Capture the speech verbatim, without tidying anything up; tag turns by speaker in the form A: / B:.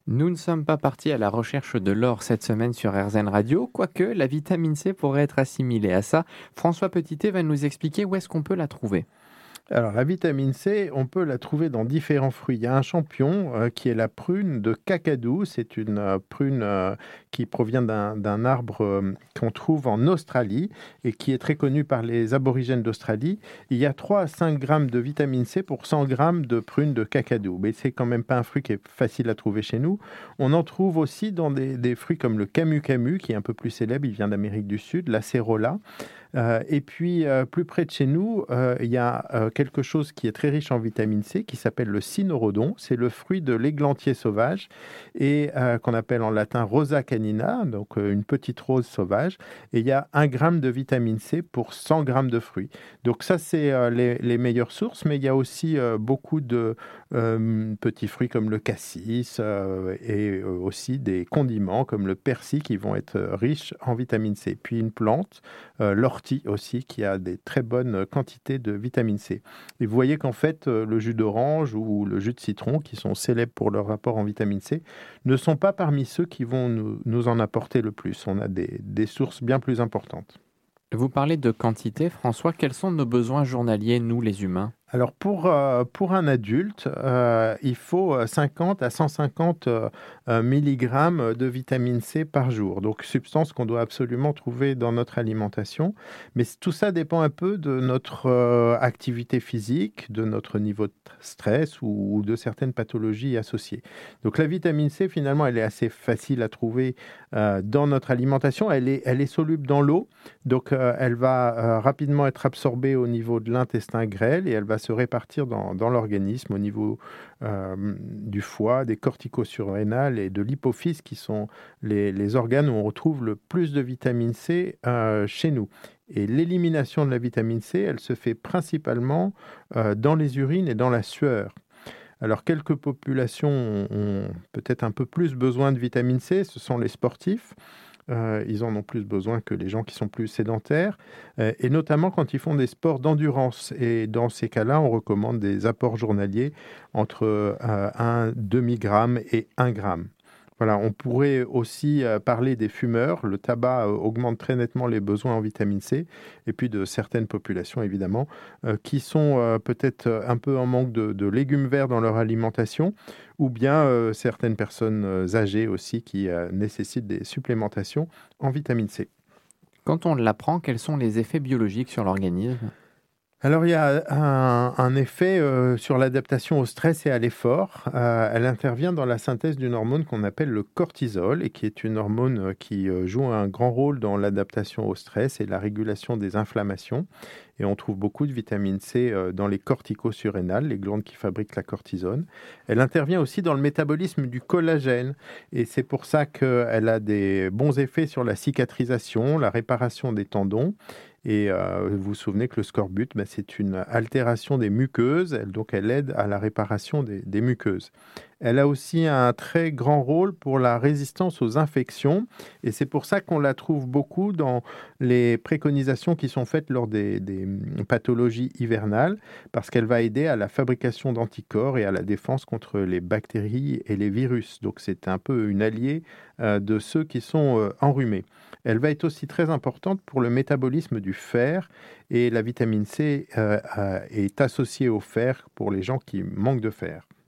A: Nous ne sommes pas partis à la recherche de l'or cette semaine sur R Z N Radio, quoique la vitamine C pourrait être assimilée à ça. François Petitet va nous expliquer où est-ce qu'on peut la trouver.
B: Alors, la vitamine C, on peut la trouver dans différents fruits. Il y a un champion euh, qui est la prune de Kakadu. C'est une euh, prune euh, qui provient d'un, d'un arbre euh, qu'on trouve en Australie et qui est très connu par les aborigènes d'Australie. Il y a trois à cinq grammes de vitamine C pour cent grammes de prune de Kakadu. Mais c'est quand même pas un fruit qui est facile à trouver chez nous. On en trouve aussi dans des, des fruits comme le camu camu, qui est un peu plus célèbre. Il vient d'Amérique du Sud, l'acérola. Euh, et puis, euh, plus près de chez nous, euh, il y a euh, quelque chose qui est très riche en vitamine C, qui s'appelle le cynorhodon. C'est le fruit de l'églantier sauvage, et euh, qu'on appelle en latin rosa canina, donc euh, une petite rose sauvage. Et il y a un gramme de vitamine C pour cent grammes de fruits. Donc ça, c'est euh, les, les meilleures sources, mais il y a aussi euh, beaucoup de euh, petits fruits comme le cassis euh, et euh, aussi des condiments comme le persil qui vont être riches en vitamine C. Puis une plante, euh, l'ortie aussi, qui a des très bonnes quantités de vitamine C. Et vous voyez qu'en fait, le jus d'orange ou le jus de citron, qui sont célèbres pour leur rapport en vitamine C, ne sont pas parmi ceux qui vont nous, nous en apporter le plus. On a des, des sources bien plus importantes.
A: Vous parlez de quantité, François. Quels sont nos besoins journaliers, nous les humains ?
B: Alors pour, euh, pour un adulte, euh, il faut cinquante à cent cinquante euh, milligrammes de vitamine C par jour. Donc substance qu'on doit absolument trouver dans notre alimentation. Mais tout ça dépend un peu de notre euh, activité physique, de notre niveau de stress ou, ou de certaines pathologies associées. Donc la vitamine C, finalement, elle est assez facile à trouver euh, dans notre alimentation. Elle est, elle est soluble dans l'eau. Donc euh, elle va euh, rapidement être absorbée au niveau de l'intestin grêle et elle va se répartir dans, dans l'organisme au niveau euh, du foie, des corticosurrénales et de l'hypophyse, qui sont les, les organes où on retrouve le plus de vitamine C euh, chez nous. Et l'élimination de la vitamine C, elle se fait principalement euh, dans les urines et dans la sueur. Alors, quelques populations ont, ont peut-être un peu plus besoin de vitamine C, ce sont les sportifs. Euh, ils en ont plus besoin que les gens qui sont plus sédentaires, euh, et notamment quand ils font des sports d'endurance. Et dans ces cas-là, on recommande des apports journaliers entre euh, un demi-gramme et un gramme. Voilà, on pourrait aussi euh, parler des fumeurs. Le tabac euh, augmente très nettement les besoins en vitamine C, et puis de certaines populations, évidemment, euh, qui sont euh, peut-être un peu en manque de, de légumes verts dans leur alimentation, ou bien euh, certaines personnes euh, âgées aussi qui euh, nécessitent des supplémentations en vitamine C.
A: Quand on la prend, quels sont les effets biologiques sur l'organisme ?
B: Alors, il y a un, un effet euh, sur l'adaptation au stress et à l'effort. Euh, elle intervient dans la synthèse d'une hormone qu'on appelle le cortisol, et qui est une hormone qui euh, joue un grand rôle dans l'adaptation au stress et la régulation des inflammations. Et on trouve beaucoup de vitamine C euh, dans les corticosurrénales, les glandes qui fabriquent la cortisone. Elle intervient aussi dans le métabolisme du collagène, et c'est pour ça qu'elle a des bons effets sur la cicatrisation, la réparation des tendons. Et euh, vous vous souvenez que le scorbut, ben, c'est une altération des muqueuses, elle, donc elle aide à la réparation des, des muqueuses. Elle a aussi un très grand rôle pour la résistance aux infections, et c'est pour ça qu'on la trouve beaucoup dans les préconisations qui sont faites lors des, des pathologies hivernales, parce qu'elle va aider à la fabrication d'anticorps et à la défense contre les bactéries et les virus. Donc c'est un peu une alliée euh, de ceux qui sont euh, enrhumés. Elle va être aussi très importante pour le métabolisme du fer, et la vitamine C euh, est associée au fer pour les gens qui manquent de fer.